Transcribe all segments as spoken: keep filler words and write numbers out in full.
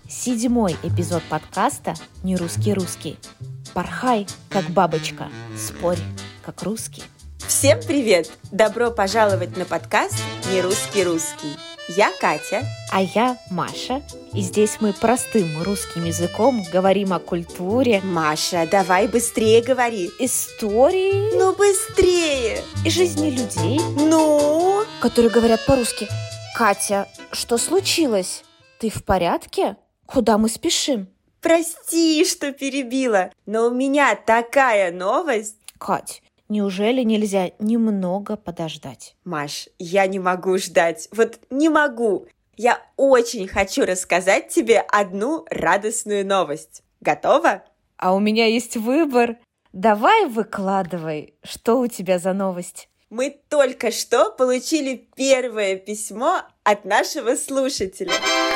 седьмой эпизод подкаста «Не русский русский». Порхай, как бабочка, спорь, как русский. Всем привет! Добро пожаловать на подкаст «Не русский русский». Я Катя. А я Маша. И здесь мы простым русским языком говорим о культуре. Маша, давай быстрее говори. Истории. Ну быстрее! И жизни людей. Ну? Которые говорят по-русски. Катя, что случилось? Ты в порядке? Куда мы спешим? Прости, что перебила, но у меня такая новость. Кать, неужели нельзя немного подождать? Маш, я не могу ждать. Вот не могу. Я очень хочу рассказать тебе одну радостную новость. Готова? А у меня есть выбор. Давай выкладывай, что у тебя за новость? Мы только что получили первое письмо от нашего слушателя.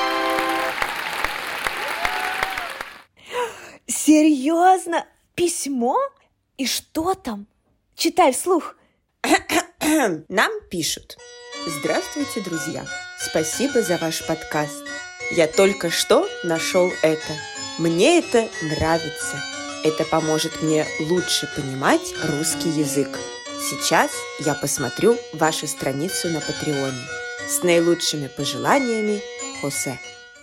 Серьезно? Письмо? И что там? Читай вслух. Нам пишут. Здравствуйте, друзья. Спасибо за ваш подкаст. Я только что нашел это. Мне это нравится. Это поможет мне лучше понимать русский язык. Сейчас я посмотрю вашу страницу на Патреоне. С наилучшими пожеланиями, Хосе.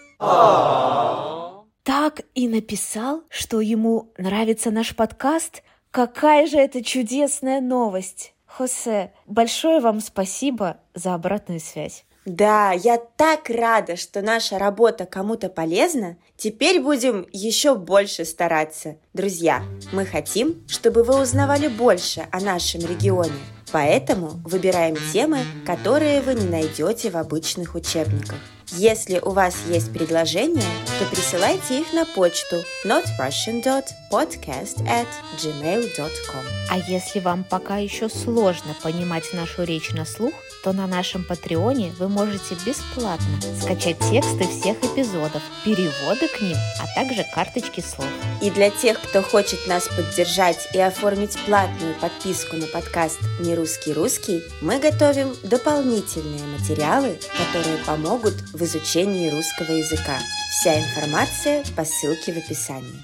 Так и написал, что ему нравится наш подкаст? Какая же это чудесная новость! Хосе, большое вам спасибо за обратную связь. Да, я так рада, что наша работа кому-то полезна. Теперь будем еще больше стараться. Друзья, мы хотим, чтобы вы узнавали больше о нашем регионе. Поэтому выбираем темы, которые вы не найдете в обычных учебниках. Если у вас есть предложения, то присылайте их на почту not russian dot podcast at gmail dot com. А если вам пока еще сложно понимать нашу речь на слух, то на нашем Патреоне вы можете бесплатно скачать тексты всех эпизодов, переводы к ним, а также карточки слов. И для тех, кто хочет нас поддержать и оформить платную подписку на подкаст «Не русский русский», мы готовим дополнительные материалы, которые помогут в изучении русского языка. Вся информация по ссылке в описании.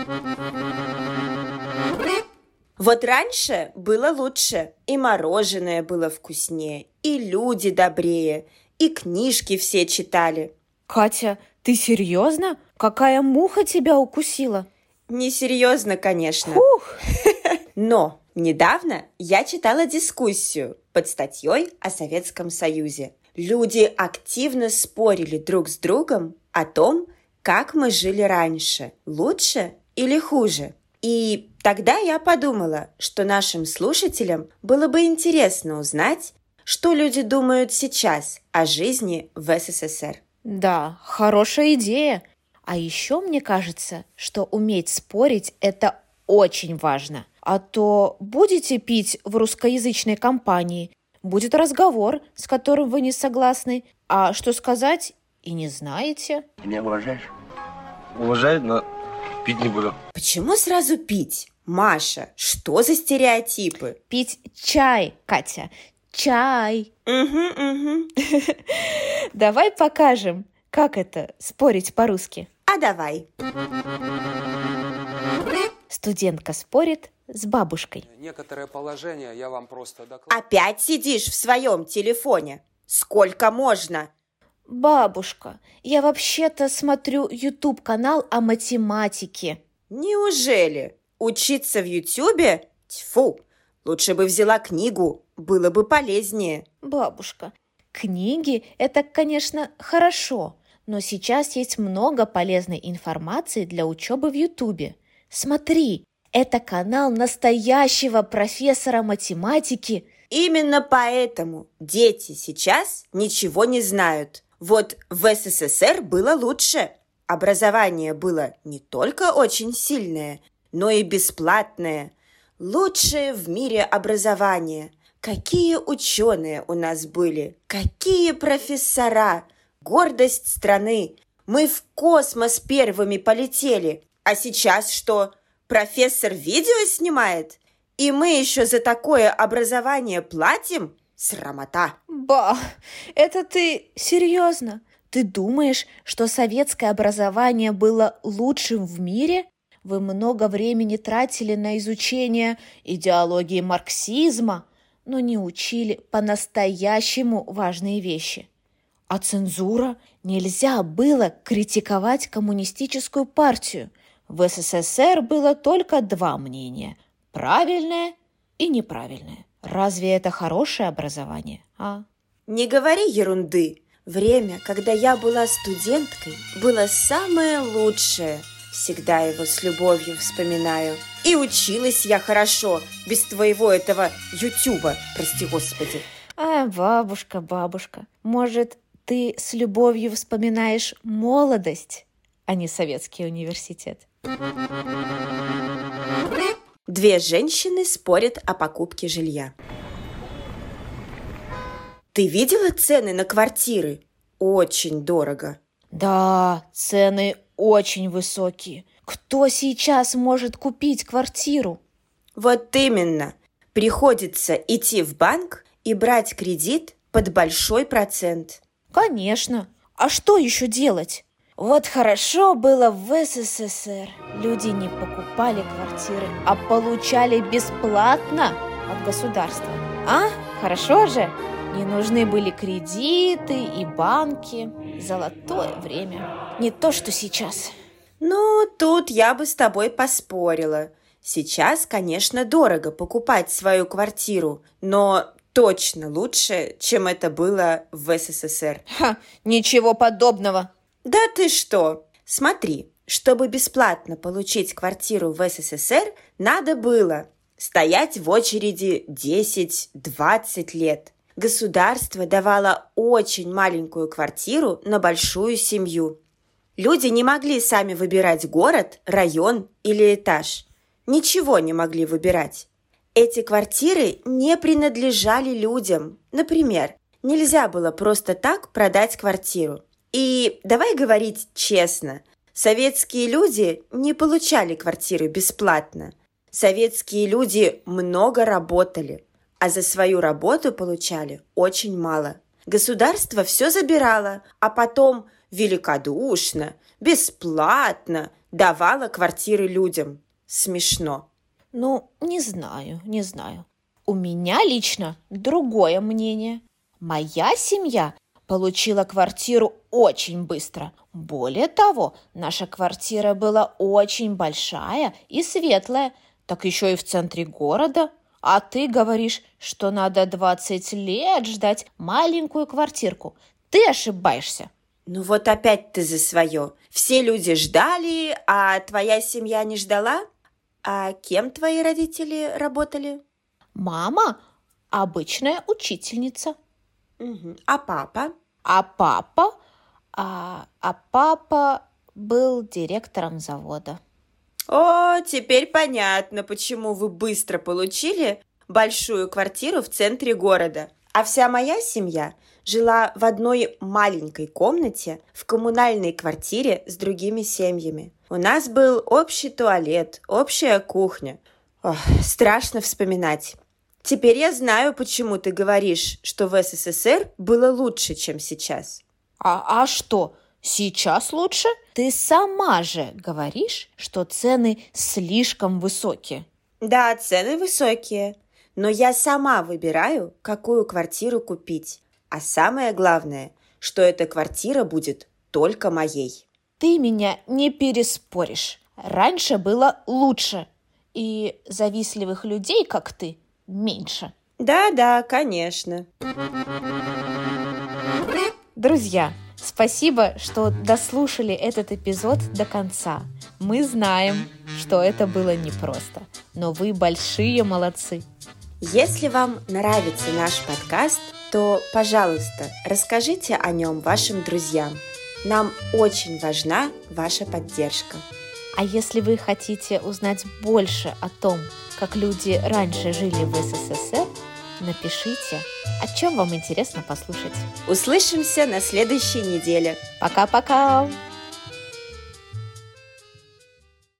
Вот раньше было лучше, и мороженое было вкуснее, и люди добрее, и книжки все читали. Катя, ты серьезно? Какая муха тебя укусила? Несерьезно, конечно. Фух! Но недавно я читала дискуссию под статьей о Советском Союзе. Люди активно спорили друг с другом о том, как мы жили раньше, лучше или хуже. И тогда я подумала, что нашим слушателям было бы интересно узнать, что люди думают сейчас о жизни в эс эс эс эр. Да, хорошая идея. А еще мне кажется, что уметь спорить – это очень важно. А то будете пить в русскоязычной компании, будет разговор, с которым вы не согласны, а что сказать и не знаете. Ты меня уважаешь? Уважаю, но пить не буду. Почему сразу пить? Маша, что за стереотипы? Пить чай, Катя, чай. Угу, угу. Давай покажем, как это спорить по-русски. А давай. Студентка спорит с бабушкой. Некоторые положения я вам просто докладываю. Опять сидишь в своем телефоне? Сколько можно? Бабушка, я вообще-то смотрю ютуб-канал о математике. Неужели? Учиться в Ютубе? Тьфу! Лучше бы взяла книгу, было бы полезнее. Бабушка, книги – это, конечно, хорошо, но сейчас есть много полезной информации для учебы в Ютубе. Смотри, это канал настоящего профессора математики. Именно поэтому дети сейчас ничего не знают. Вот в эс эс эс эр было лучше. Образование было не только очень сильное, но и бесплатное. Лучшее в мире образование. Какие ученые у нас были, какие профессора. Гордость страны. Мы в космос первыми полетели. А сейчас что, профессор видео снимает? И мы еще за такое образование платим? Срамота. Ба, это ты серьезно? Ты думаешь, что советское образование было лучшим в мире? Вы много времени тратили на изучение идеологии марксизма, но не учили по-настоящему важные вещи. А цензура? Нельзя было критиковать коммунистическую партию. В СССР было только два мнения – правильное и неправильное. Разве это хорошее образование, а? Не говори ерунды. Время, когда я была студенткой, было самое лучшее. Всегда его с любовью вспоминаю. И училась я хорошо, без твоего этого ютуба, прости господи. А, бабушка, бабушка, может, ты с любовью вспоминаешь молодость, а не советский университет? Две женщины спорят о покупке жилья. Ты видела цены на квартиры? Очень дорого. Да, цены очень высокие. Кто сейчас может купить квартиру? Вот именно. Приходится идти в банк и брать кредит под большой процент. Конечно. А что еще делать? Вот хорошо было в СССР. Люди не покупали квартиры, а получали бесплатно от государства. А? Хорошо же? Не нужны были кредиты и банки. Золотое время. Не то, что сейчас. Ну, тут я бы с тобой поспорила. Сейчас, конечно, дорого покупать свою квартиру, но точно лучше, чем это было в СССР. Ха, ничего подобного. Да ты что? Смотри, чтобы бесплатно получить квартиру в СССР, надо было стоять в очереди десять-двадцать лет. Государство давало очень маленькую квартиру на большую семью. Люди не могли сами выбирать город, район или этаж. Ничего не могли выбирать. Эти квартиры не принадлежали людям. Например, нельзя было просто так продать квартиру. И давай говорить честно, советские люди не получали квартиры бесплатно. Советские люди много работали, а за свою работу получали очень мало. Государство все забирало, а потом великодушно, бесплатно давало квартиры людям. Смешно. Ну, не знаю, не знаю. У меня лично другое мнение. Моя семья получила квартиру очень быстро. Более того, наша квартира была очень большая и светлая, так еще и в центре города. А ты говоришь, что надо двадцать лет ждать маленькую квартирку. Ты ошибаешься. Ну вот опять ты за свое. Все люди ждали, а твоя семья не ждала? А кем твои родители работали? Мама – обычная учительница. Угу. А папа? А папа? А, а папа был директором завода. О, теперь понятно, почему вы быстро получили большую квартиру в центре города. А вся моя семья жила в одной маленькой комнате в коммунальной квартире с другими семьями. У нас был общий туалет, общая кухня. Ох, страшно вспоминать. Теперь я знаю, почему ты говоришь, что в СССР было лучше, чем сейчас. А, а что, сейчас лучше? Ты сама же говоришь, что цены слишком высокие. Да, цены высокие, но я сама выбираю, какую квартиру купить. А самое главное, что эта квартира будет только моей. Ты меня не переспоришь. Раньше было лучше, и завистливых людей, как ты, меньше. Да-да, конечно. Друзья, спасибо, что дослушали этот эпизод до конца. Мы знаем, что это было непросто, но вы большие молодцы. Если вам нравится наш подкаст, то, пожалуйста, расскажите о нем вашим друзьям. Нам очень важна ваша поддержка. А если вы хотите узнать больше о том, как люди раньше жили в СССР, напишите, о чем вам интересно послушать. Услышимся на следующей неделе. Пока-пока!